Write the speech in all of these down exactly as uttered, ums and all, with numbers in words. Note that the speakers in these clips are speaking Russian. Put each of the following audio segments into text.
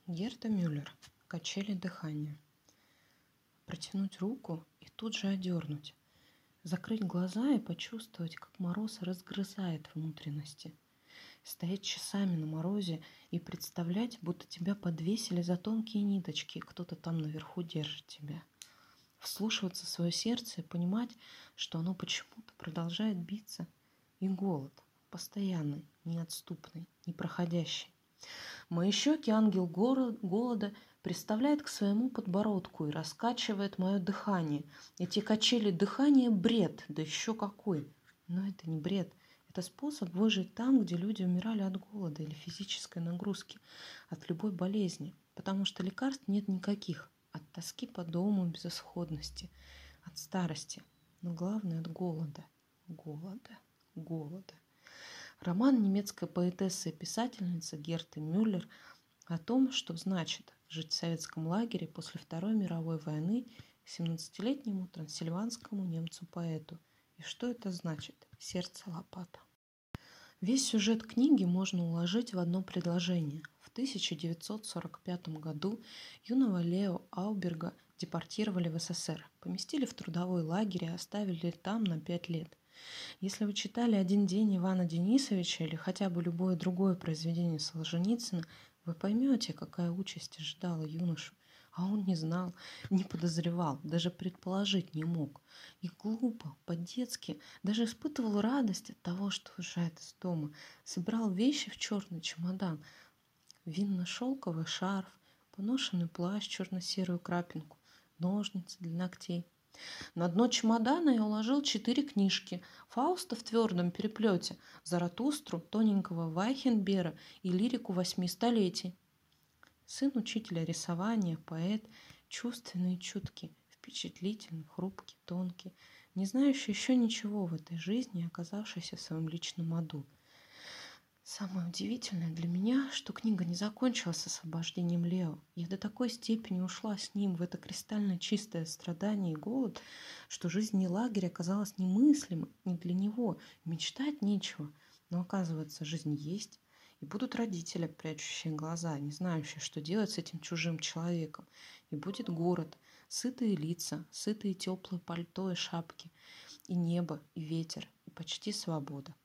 Герта Мюллер. Качели дыхания. Протянуть руку и тут же одернуть. Закрыть глаза и почувствовать, как мороз разгрызает внутренности. Стоять часами на морозе и представлять, будто тебя подвесили за тонкие ниточки, и кто-то там наверху держит тебя. Вслушиваться в свое сердце и понимать, что оно почему-то продолжает биться. И голод. Постоянный, неотступный, непроходящий. Мои щеки ангел голода приставляет к своему подбородку и раскачивает мое дыхание. Эти качели дыхания – бред, да еще какой. Но это не бред. Это способ выжить там, где люди умирали от голода или физической нагрузки, от любой болезни. Потому что лекарств нет никаких. От тоски по дому, безысходности, от старости. Но главное – от голода. Голода. Голода. Роман немецкой поэтессы и писательницы Герты Мюллер о том, что значит жить в советском лагере после Второй мировой войны семнадцатилетнему трансильванскому немцу-поэту. И что это значит? Сердце лопата. Весь сюжет книги можно уложить в одно предложение. В тысяча девятьсот сорок пятом году юного Лео Ауберга депортировали в СССР, поместили в трудовой лагерь и оставили там на пять лет. Если вы читали «Один день» Ивана Денисовича или хотя бы любое другое произведение Солженицына, вы поймете, какая участь ожидала юношу. А он не знал, не подозревал, даже предположить не мог. И глупо, по-детски, даже испытывал радость от того, что уезжает из дома. Собирал вещи в черный чемодан, винно-шелковый шарф, поношенный плащ, черно-серую крапинку, ножницы для ногтей. На дно чемодана я уложил четыре книжки: Фауста в твердом переплете, Заратустру, тоненького Вайхенбера и лирику восьми столетий. Сын учителя рисования, поэт, чувственный и чуткий, впечатлительный, хрупкий, тонкий, не знающий еще ничего в этой жизни, оказавшийся в своем личном аду. Самое удивительное для меня, что книга не закончилась освобождением Лео. Я до такой степени ушла с ним в это кристально чистое страдание и голод, что жизнь не лагеря оказалась немыслима ни для него, мечтать нечего. Но оказывается, жизнь есть, и будут родители, прячущие глаза, не знающие, что делать с этим чужим человеком. И будет город, сытые лица, сытые теплые пальто и шапки, и небо, и ветер, и почти свобода.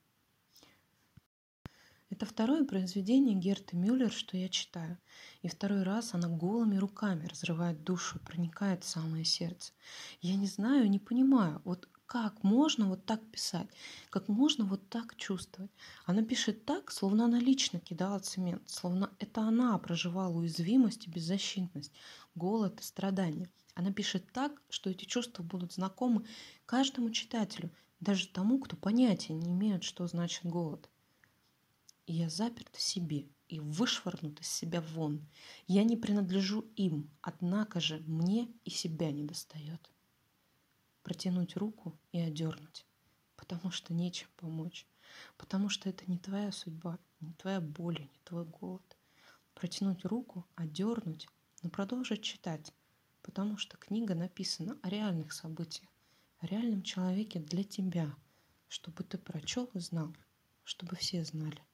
Это второе произведение Герты Мюллер, что я читаю. И второй раз она голыми руками разрывает душу, проникает в самое сердце. Я не знаю, не понимаю, вот как можно вот так писать, как можно вот так чувствовать. Она пишет так, словно она лично кидала цемент, словно это она проживала уязвимость и беззащитность, голод и страдания. Она пишет так, что эти чувства будут знакомы каждому читателю, даже тому, кто понятия не имеет, что значит голод. И я заперт в себе и вышвырнут из себя вон. Я не принадлежу им, однако же мне и себя не достает. Протянуть руку и одернуть, потому что нечем помочь, потому что это не твоя судьба, не твоя боль, не твой голод. Протянуть руку, одернуть, но продолжить читать, потому что книга написана о реальных событиях, о реальном человеке для тебя, чтобы ты прочел и знал, чтобы все знали.